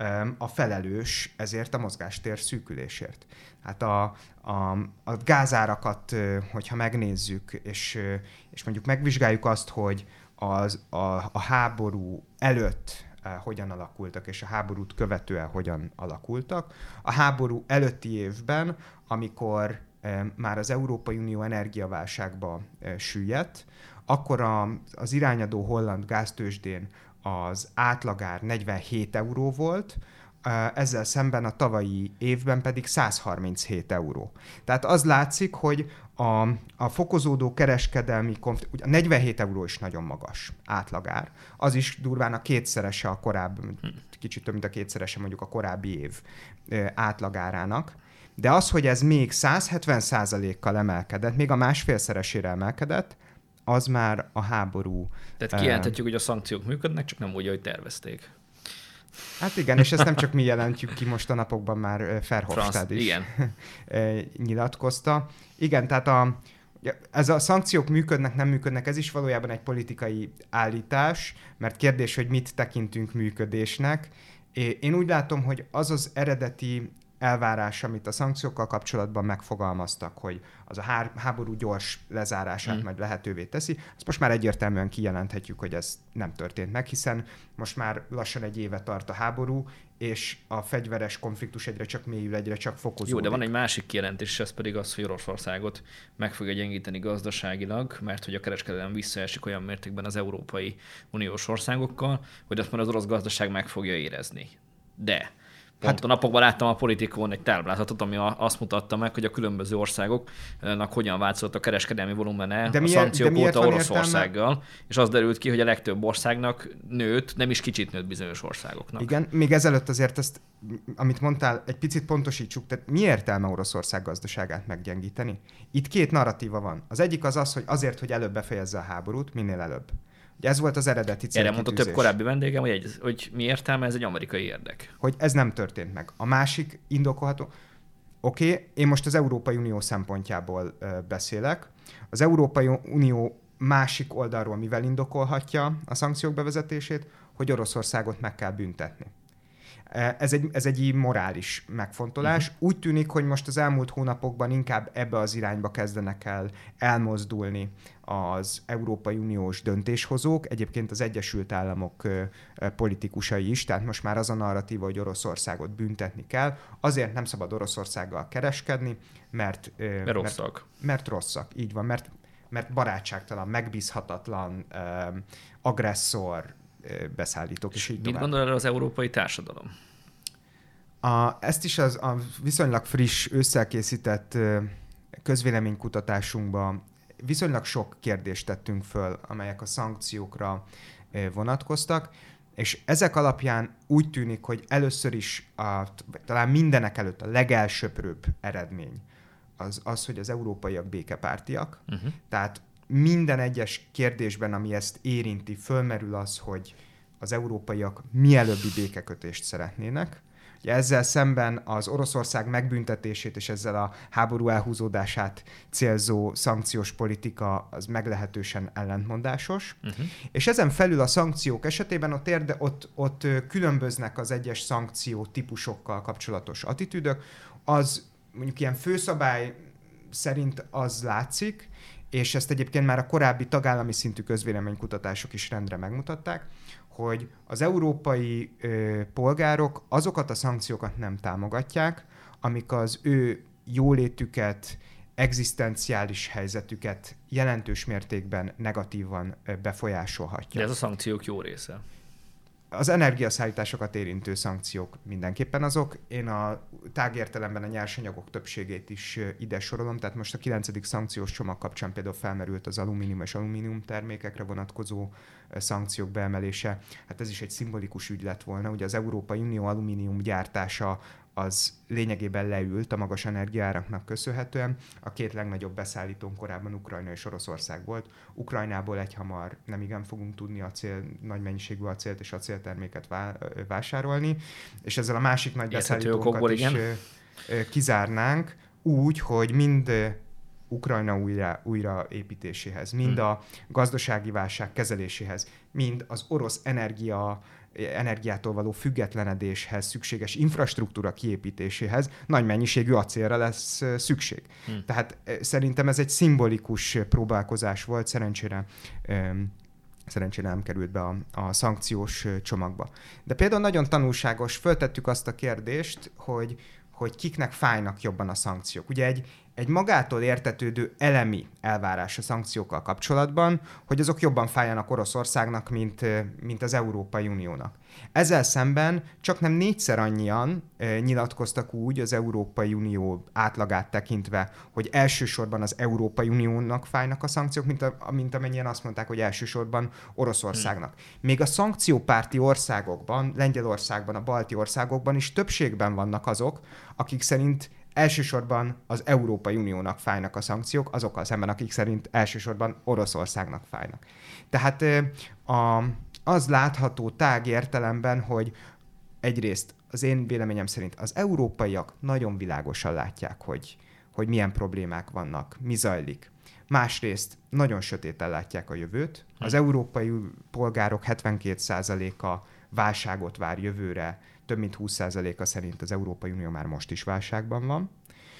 a felelős ezért a mozgástér szűkülésért. Hát a, a, a gázárakat, hogyha megnézzük, és, és mondjuk megvizsgáljuk azt, hogy az, a, a háború előtt hogyan alakultak, és a háborút követően hogyan alakultak. A háború előtti évben, amikor már az Európai Unió energiaválságba süllyedt, akkor a, az irányadó holland gáztőzsdén az átlagár negyvenhét euró volt, ezzel szemben a tavalyi évben pedig száz harminchét euró. Tehát az látszik, hogy a, a fokozódó kereskedelmi konfliktus, a negyvenhét euró is nagyon magas átlagár, az is durván a kétszerese a korábbi, kicsit több mint a kétszerese mondjuk a korábbi év átlagárának. De az, hogy ez még száz hetven százalékkal emelkedett, még a másfélszeresére emelkedett, az már a háború... Tehát kijelenthetjük, uh, hogy a szankciók működnek, csak nem úgy, ahogy tervezték. Hát igen, és ezt nem csak mi jelentjük ki, most a napokban már Verhofstadt is igen. nyilatkozta. Igen, tehát a, ez a szankciók működnek, nem működnek, ez is valójában egy politikai állítás, mert kérdés, hogy mit tekintünk működésnek. Én úgy látom, hogy az az eredeti elvárás, amit a szankciókkal kapcsolatban megfogalmaztak, hogy az a há- háború gyors lezárását mm. majd lehetővé teszi, azt most már egyértelműen kijelenthetjük, hogy ez nem történt meg, hiszen most már lassan egy éve tart a háború, és a fegyveres konfliktus egyre csak mélyül, egyre csak fokozódik. Jó, de van egy másik kijelentés, ez pedig az, hogy Oroszországot meg fogja gyengíteni gazdaságilag, mert hogy a kereskedelem visszaesik olyan mértékben az Európai Uniós országokkal, hogy azt már az orosz gazdaság meg fogja érezni. De pont hát, a napokban láttam a Politikón egy táblázatot, ami azt mutatta meg, hogy a különböző országoknak hogyan változott a kereskedelmi volumene a szankciók óta Oroszországgal, és az derült ki, hogy a legtöbb országnak nőtt, nem is kicsit nőtt bizonyos országoknak. Igen, még ezelőtt azért ezt, amit mondtál, egy picit pontosítsuk, tehát mi értelme Oroszország gazdaságát meggyengíteni? Itt két narratíva van. Az egyik az az, hogy azért, hogy előbb befejezze a háborút, minél előbb. Ugye ez volt az eredeti célkitűzés. Erre mondta több korábbi vendégem, hogy, egy, hogy mi értelme, ez egy amerikai érdek. Hogy ez nem történt meg. A másik indokolható, oké, okay, én most az Európai Unió szempontjából ö, beszélek. Az Európai Unió másik oldalról mivel indokolhatja a szankciók bevezetését, hogy Oroszországot meg kell büntetni. Ez egy, ez egy morális megfontolás. Uh-huh. Úgy tűnik, hogy most az elmúlt hónapokban inkább ebbe az irányba kezdenek el elmozdulni az Európai Uniós döntéshozók, egyébként az Egyesült Államok politikusai is, tehát most már az a narratíva, hogy Oroszországot büntetni kell. Azért nem szabad Oroszországgal kereskedni, mert, mert rosszak. Mert, mert rosszak, így van, mert, mert barátságtalan, megbízhatatlan, agresszor, beszállítók, és így Mit tovább. gondol erre az európai társadalom? A, ezt is az, a viszonylag friss, ősszel készített közvéleménykutatásunkban viszonylag sok kérdést tettünk föl, amelyek a szankciókra vonatkoztak, és ezek alapján úgy tűnik, hogy először is, a, talán mindenek előtt a legelsöprőbb eredmény az az, hogy az európaiak békepártiak, uh-huh. tehát minden egyes kérdésben, ami ezt érinti, fölmerül az, hogy az európaiak mielőbbi békekötést szeretnének. Ugye ezzel szemben az Oroszország megbüntetését és ezzel a háború elhúzódását célzó szankciós politika az meglehetősen ellentmondásos. Uh-huh. És ezen felül a szankciók esetében ott, érde, ott, ott különböznek az egyes szankció típusokkal kapcsolatos attitűdök. Az mondjuk ilyen főszabály szerint az látszik, és ezt egyébként már a korábbi tagállami szintű közvéleménykutatások is rendre megmutatták, hogy az európai ö, polgárok azokat a szankciókat nem támogatják, amik az ő jólétüket, egzisztenciális helyzetüket jelentős mértékben negatívan befolyásolhatja. De ez a szankciók jó része. Az energiaszállításokat érintő szankciók mindenképpen azok. Én a tágértelemben a nyersanyagok többségét is ide sorolom, tehát most a kilencedik szankciós csomag kapcsán például felmerült az alumínium és alumínium termékekre vonatkozó szankciók beemelése. Hát ez is egy szimbolikus ügy lett volna. Ugye az Európai Unió alumínium gyártása az lényegében leült a magas energiaáraknak köszönhetően. A két legnagyobb beszállítónk korábban Ukrajna és Oroszország volt. Ukrajnából egyhamar nem igen fogunk tudni acél, nagy mennyiségű acélt és acélterméket vá- vásárolni, és ezzel a másik nagy beszállítónkat is igen. kizárnánk úgy, hogy mind Ukrajna újra, újraépítéséhez, mind hmm. a gazdasági válság kezeléséhez, mind az orosz energia energiától való függetlenedéshez szükséges infrastruktúra kiépítéséhez nagy mennyiségű acélra lesz szükség. Hmm. Tehát szerintem ez egy szimbolikus próbálkozás volt, szerencsére, szerencsére nem került be a, a szankciós csomagba. De például nagyon tanulságos, föltettük azt a kérdést, hogy, hogy kiknek fájnak jobban a szankciók. Ugye egy, egy magától értetődő elemi elvárás a szankciókkal kapcsolatban, hogy azok jobban fájjanak Oroszországnak, mint, mint az Európai Uniónak. Ezzel szemben csak nem négyszer annyian e, nyilatkoztak úgy az Európai Unió átlagát tekintve, hogy elsősorban az Európai Uniónak fájnak a szankciók, mint, a, mint amennyien azt mondták, hogy elsősorban Oroszországnak. Hmm. Még a szankciópárti országokban, Lengyelországban, a balti országokban is többségben vannak azok, akik szerint elsősorban az Európai Uniónak fájnak a szankciók, azokkal szemben, akik szerint elsősorban Oroszországnak fájnak. Tehát a, az látható tág értelemben, hogy egyrészt az én véleményem szerint az európaiak nagyon világosan látják, hogy, hogy milyen problémák vannak, mi zajlik. Másrészt nagyon sötéten látják a jövőt. Az európai polgárok hetvenkét százaléka válságot vár jövőre, több mint húsz százaléka szerint az Európai Unió már most is válságban van.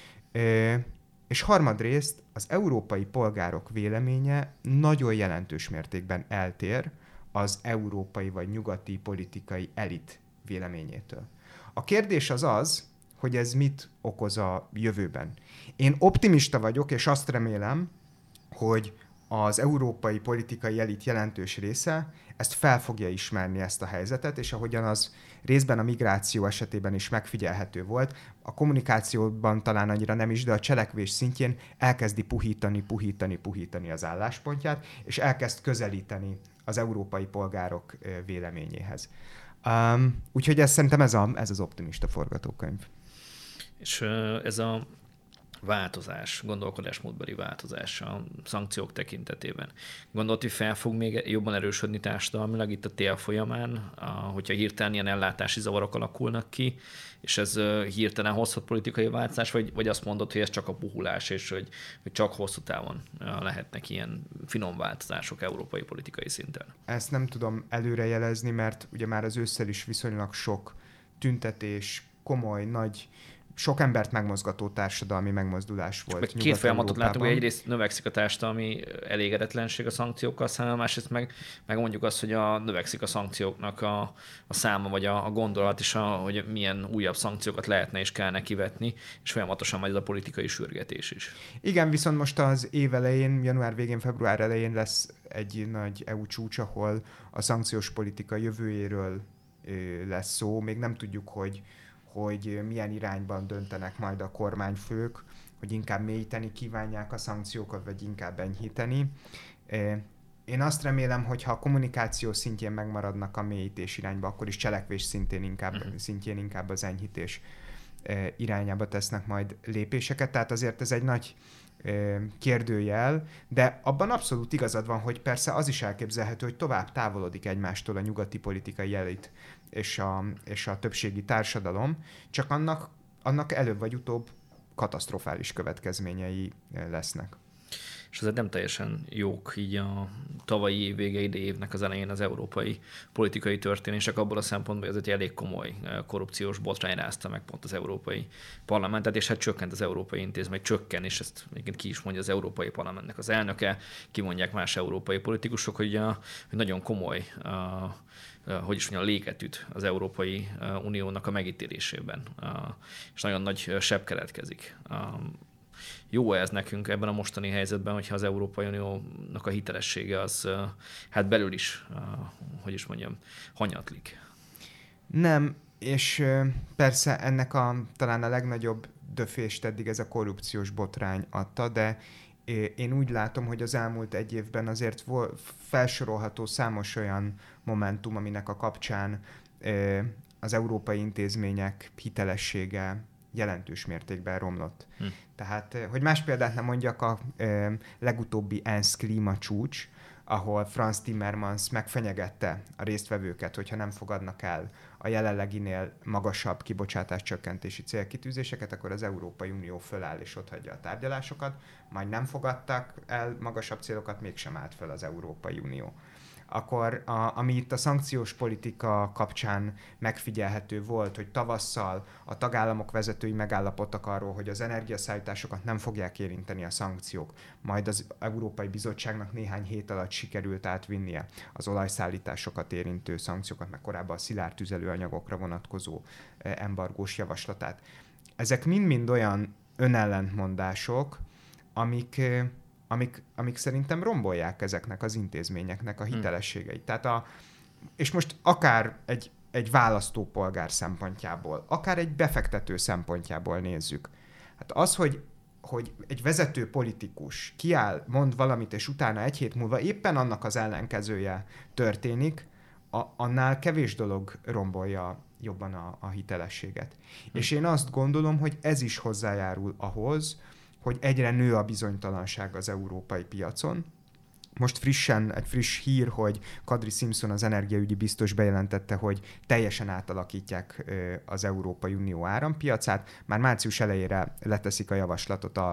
És harmadrészt az európai polgárok véleménye nagyon jelentős mértékben eltér az európai vagy nyugati politikai elit véleményétől. A kérdés az az, hogy ez mit okoz a jövőben. Én optimista vagyok, és azt remélem, hogy az európai politikai elit jelentős része ezt fel fogja ismerni, ezt a helyzetet, és ahogyan az részben a migráció esetében is megfigyelhető volt, a kommunikációban talán annyira nem is, de a cselekvés szintjén elkezdi puhítani, puhítani, puhítani az álláspontját, és elkezd közelíteni az európai polgárok véleményéhez. Um, úgyhogy ez szerintem ez, a, ez az optimista forgatókönyv. És ez a változás, gondolkodásmódbeli változás a szankciók tekintetében. Gondolt, hogy fel fog még jobban erősödni társadalmilag itt a tél folyamán, hogyha hirtelen ilyen ellátási zavarok alakulnak ki, és ez hirtelen hozhat politikai változás, vagy, vagy azt mondod, hogy ez csak a puhulás, és hogy, hogy csak hosszú távon lehetnek ilyen finom változások európai politikai szinten? Ezt nem tudom előrejelezni, mert ugye már az ősszel is viszonylag sok tüntetés, komoly, nagy, sok embert megmozgató társadalmi megmozdulás volt. Két folyamatot látok, hogy egyrészt növekszik a társadalmi elégedetlenség a szankciókkal szemben, másrészt meg, meg mondjuk azt, hogy a, növekszik a szankcióknak a, a száma, vagy a, a gondolat is, a, hogy milyen újabb szankciókat lehetne és kellene kivetni, és folyamatosan majd ez a politikai sürgetés is. Igen, viszont most az év elején, január végén, február elején lesz egy nagy é u csúcs, ahol a szankciós politika jövőjéről lesz szó. Még nem tudjuk, hogy hogy milyen irányban döntenek majd a kormányfők, hogy inkább mélyíteni kívánják a szankciókat, vagy inkább enyhíteni. Én azt remélem, hogy ha a kommunikáció szintjén megmaradnak a mélyítés irányba, akkor is cselekvés szintén inkább, uh-huh. szintjén inkább az enyhítés irányába tesznek majd lépéseket. Tehát azért ez egy nagy kérdőjel, de abban abszolút igazad van, hogy persze az is elképzelhető, hogy tovább távolodik egymástól a nyugati politikai elit és a, és a többségi társadalom, csak annak, annak előbb vagy utóbb katasztrofális következményei lesznek. És azért nem teljesen jók így a tavalyi év vége, idei évnek az elején az európai politikai történések abból a szempontból, hogy ez egy elég komoly korrupciós botrány rázta meg pont az Európai Parlamentet, és hát csökkent az európai intézmény, csökken, és ezt egyébként ki is mondja az Európai Parlamentnek az elnöke, kimondják más európai politikusok, hogy, a, hogy nagyon komoly a, hogy is mondjam, léket üt az Európai Uniónak a megítélésében, és nagyon nagy seb keletkezik. Jó ez nekünk ebben a mostani helyzetben, hogyha az Európai Uniónak a hitelessége az hát belül is, hogy is mondjam, hanyatlik? Nem, és persze ennek a talán a legnagyobb döfést eddig ez a korrupciós botrány adta, de én úgy látom, hogy az elmúlt egy évben azért felsorolható számos olyan momentum, aminek a kapcsán az európai intézmények hitelessége jelentős mértékben romlott. Hm. Tehát, hogy más példát nem mondjak, a e, legutóbbi ENSZ klímacsúcs, ahol Franz Timmermans megfenyegette a résztvevőket, hogyha nem fogadnak el a jelenleginél magasabb kibocsátás csökkentési célkitűzéseket, akkor az Európai Unió föláll és otthagyja a tárgyalásokat, majd nem fogadtak el magasabb célokat, mégsem állt fel az Európai Unió. Akkor a, ami itt a szankciós politika kapcsán megfigyelhető volt, hogy tavasszal a tagállamok vezetői megállapodtak arról, hogy az energiaszállításokat nem fogják érinteni a szankciók, majd az Európai Bizottságnak néhány hét alatt sikerült átvinnie az olajszállításokat érintő szankciókat, meg korábban a szilárd tüzelőanyagokra vonatkozó embargós javaslatát. Ezek mind-mind olyan önellentmondások, amik... Amik, amik szerintem rombolják ezeknek az intézményeknek a hitelességeit. Tehát a, és most akár egy, egy választópolgár szempontjából, akár egy befektető szempontjából nézzük. Hát az, hogy, hogy egy vezető politikus kiáll, mond valamit, és utána egy hét múlva éppen annak az ellenkezője történik, a, annál kevés dolog rombolja jobban a, a hitelességet. Hm. És én azt gondolom, hogy ez is hozzájárul ahhoz, hogy egyre nő a bizonytalanság az európai piacon. Most frissen, egy friss hír, hogy Kadri Simpson, az energiaügyi biztos bejelentette, hogy teljesen átalakítják az Európai Unió árampiacát. Már március elejére leteszik a javaslatot a,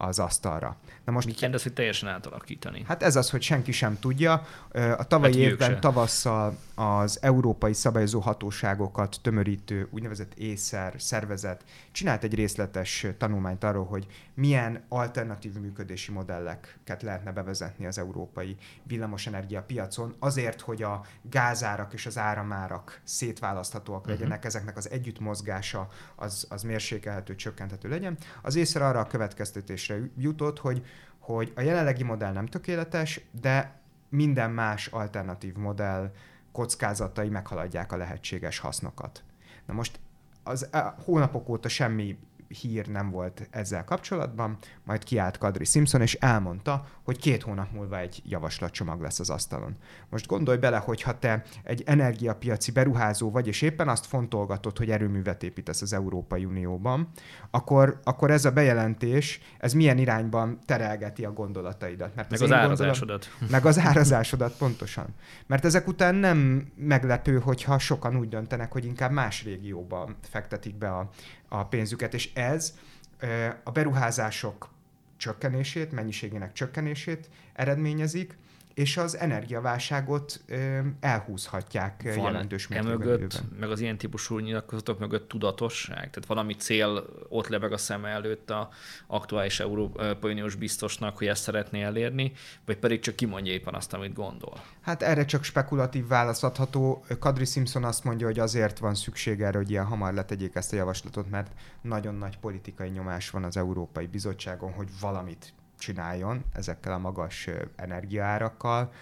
az asztalra. Na most, mit jelent ez, hogy teljesen átalakítani? Hát ez az, hogy senki sem tudja. A tavalyi hát évben tavasszal az európai szabályozó hatóságokat tömörítő úgynevezett észer szervezet csinált egy részletes tanulmányt arról, hogy milyen alternatív működési modelleket lehetne bevezetni az európai villamosenergia piacon, azért, hogy a gázárak és az áramárak szétválaszthatóak legyenek, uh-huh. ezeknek az együttmozgása az, az mérsékelhető, csökkenthető legyen. Az észer arra a következtetésre jutott, hogy, hogy a jelenlegi modell nem tökéletes, de minden más alternatív modell kockázatai meghaladják a lehetséges hasznokat. Na most az a hónapok óta semmi hír nem volt ezzel kapcsolatban, majd kiállt Kadri Simpson, és elmondta, hogy két hónap múlva egy javaslatcsomag lesz az asztalon. Most gondolj bele, hogy ha te egy energiapiaci beruházó vagy, és éppen azt fontolgatod, hogy erőművet építesz az Európai Unióban, akkor, akkor ez a bejelentés, ez milyen irányban terelgeti a gondolataidat. Mert meg az, az árazásodat. Gondolom, meg az árazásodat, pontosan. Mert ezek után nem meglepő, hogyha sokan úgy döntenek, hogy inkább más régióba fektetik be a, a pénzüket, és ez a beruházások csökkenését, mennyiségének csökkenését eredményezik, és az energiaválságot elhúzhatják van jelentős mértékben. Emögött, meg az ilyen típusú nyilatkozatok mögött tudatosság? Tehát valami cél ott lebeg a szeme előtt a aktuális Európai Uniós biztosnak, hogy ezt szeretné elérni, vagy pedig csak kimondja éppen azt, amit gondol? Hát erre csak spekulatív válasz adható. Kadri Simpson azt mondja, hogy azért van szükség erre, hogy ilyen hamar letegyék ezt a javaslatot, mert nagyon nagy politikai nyomás van az Európai Bizottságon, hogy valamit csináljon ezekkel a magas energiaárakkal.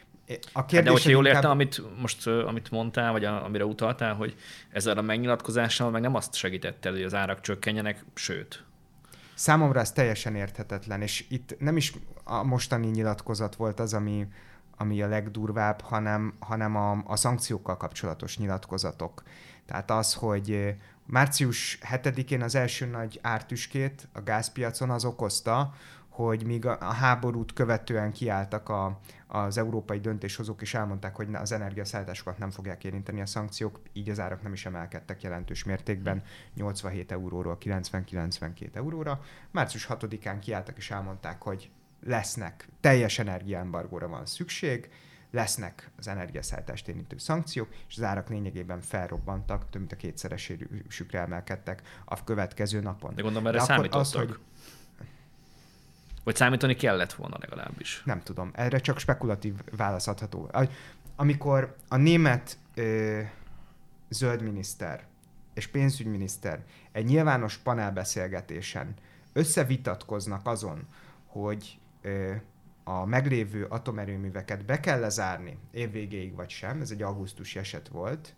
A kérdés, de hogyha jól inkább... értem, amit most amit mondtál, vagy a, amire utaltál, hogy ezzel a megnyilatkozással meg nem azt segítette, hogy az árak csökkenjenek, sőt. Számomra ez teljesen érthetetlen, és itt nem is a mostani nyilatkozat volt az, ami, ami a legdurvább, hanem, hanem a, a szankciókkal kapcsolatos nyilatkozatok. Tehát az, hogy március hetedikén az első nagy ártüskét a gázpiacon az okozta, hogy míg a háborút követően kiálltak a, az európai döntéshozók, és elmondták, hogy az energiaszállításokat nem fogják érinteni a szankciók, így az árak nem is emelkedtek jelentős mértékben nyolcvanhét euróról kilencven-kilencvenkét euróra. március hatodikán kiálltak, és elmondták, hogy lesznek, teljes energiaembargóra van szükség, lesznek az energiaszállítást érintő szankciók, és az árak lényegében felrobbantak, több mint a kétszeresükre emelkedtek a következő napon. De gondolom, erre De számítottak. Az, hogy Vagy számítani kellett volna legalábbis? Nem tudom. Erre csak spekulatív válasz adható. Amikor a német ö, zöld miniszter és pénzügyminiszter egy nyilvános panelbeszélgetésen összevitatkoznak azon, hogy ö, a meglévő atomerőműveket be kell lezárni évvégéig vagy sem, ez egy augusztusi eset volt,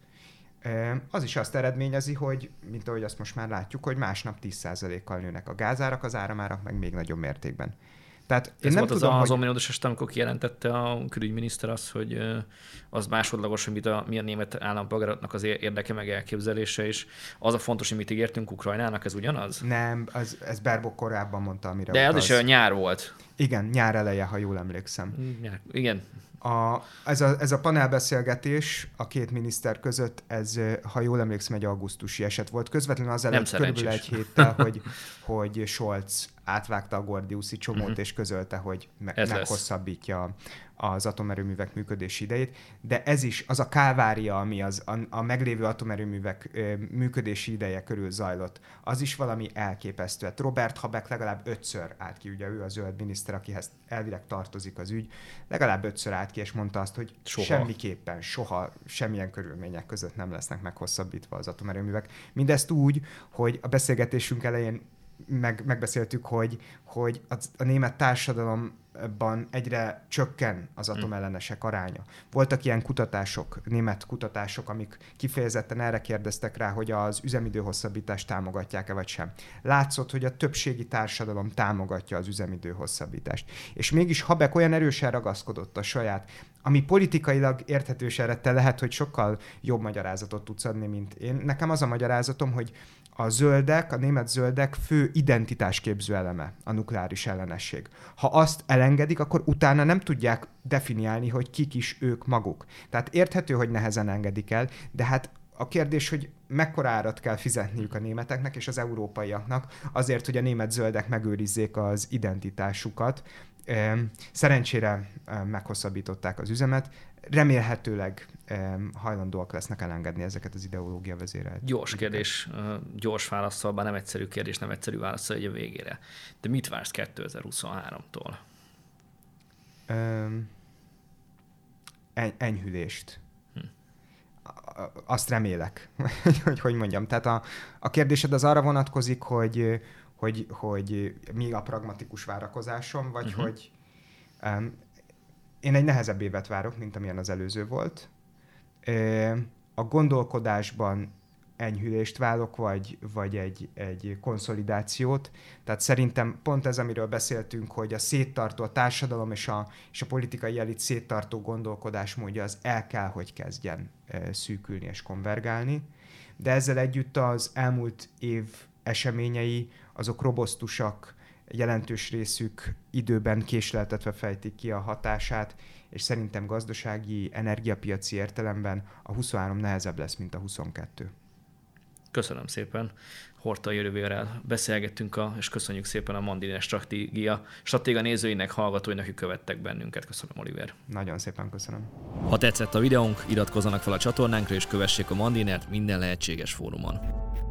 az is azt eredményezi, hogy, mint ahogy azt most már látjuk, hogy másnap tíz százalékkal nőnek a gázárak, az áramárak meg még nagyobb mértékben. Tehát én ez nem volt tudom, az hogy... az ominózus este, amikor kijelentette a külügyminiszter azt, hogy az másodlagos, hogy mit a, mi a német állampolgároknak az érdeke meg elképzelése, és az a fontos, hogy mit ígértünk Ukrajnának, ez ugyanaz? Nem, az, ez Baerbock korábban mondta, amire De az is olyan nyár volt. Igen, nyár eleje, ha jól emlékszem. Nyár, igen. A, ez, a, ez a panelbeszélgetés a két miniszter között, ez, ha jól emlékszem, egy augusztusi eset volt. Közvetlenül az előtt körülbelül egy héttel, hogy, hogy Scholz átvágta a Gordiuszi csomót, uh-huh. és közölte, hogy me- meghosszabbítja az atomerőművek működési idejét. De ez is az a kávária, ami az, a, a meglévő atomerőművek ö, működési ideje körül zajlott, az is valami elképesztő. Hát Robert Habeck legalább ötször állt ki, ugye ő a zöld miniszter, akihez elvileg tartozik az ügy, legalább ötször állt ki, és mondta azt, hogy soha. semmiképpen, soha, semmilyen körülmények között nem lesznek meghosszabbítva az atomerőművek. Mindezt úgy, hogy a beszélgetésünk elején meg, megbeszéltük, hogy, hogy a, a német társadalomban egyre csökken az atomellenesek aránya. Voltak ilyen kutatások, német kutatások, amik kifejezetten erre kérdeztek rá, hogy az üzemidőhosszabbítást támogatják-e vagy sem. Látszott, hogy a többségi társadalom támogatja az üzemidőhosszabbítást. És mégis Habeck olyan erősen ragaszkodott a saját, ami politikailag érthetősen te lehet, hogy sokkal jobb magyarázatot tudsz adni, mint én. Nekem az a magyarázatom, hogy a zöldek, a német zöldek fő identitásképző eleme a nukleáris ellenesség. Ha azt elengedik, akkor utána nem tudják definiálni, hogy kik is ők maguk. Tehát érthető, hogy nehezen engedik el, de hát a kérdés, hogy mekkora árat kell fizetniük a németeknek és az európaiaknak azért, hogy a német zöldek megőrizzék az identitásukat. Szerencsére meghosszabbították az üzemet, remélhetőleg hajlandóak lesznek elengedni ezeket az ideológia vezérelt. Gyors kérdés, gyors válaszol, bár nem egyszerű kérdés, nem egyszerű válaszol egy a végére. De mit vársz kétezer-huszonháromtól? Um, enyhülést. Hm. Azt remélek, hogy hogy mondjam. Tehát a, a kérdésed az arra vonatkozik, hogy, hogy, hogy mi a pragmatikus várakozásom, vagy uh-huh. hogy um, én egy nehezebb évet várok, mint amilyen az előző volt. A gondolkodásban enyhülést várok, vagy, vagy egy, egy konszolidációt. Tehát szerintem pont ez, amiről beszéltünk, hogy a széttartó, a társadalom és a, és a politikai elit széttartó gondolkodásmódja az el kell, hogy kezdjen szűkülni és konvergálni. De ezzel együtt az elmúlt év eseményei, azok robosztusak, jelentős részük időben késleltetve fejtik ki a hatását, és szerintem gazdasági, energiapiaci értelemben a huszonhárom nehezebb lesz, mint a huszonkettő. Köszönöm szépen. Hortai Olivérrel beszélgettünk, a, és köszönjük szépen a Mandiner stratégia, stratégia nézőinek, hallgatóinak, akik követtek bennünket. Köszönöm, Oliver. Nagyon szépen köszönöm. Ha tetszett a videónk, iratkozzanak fel a csatornánkra, és kövessék a Mandinert minden lehetséges fórumon.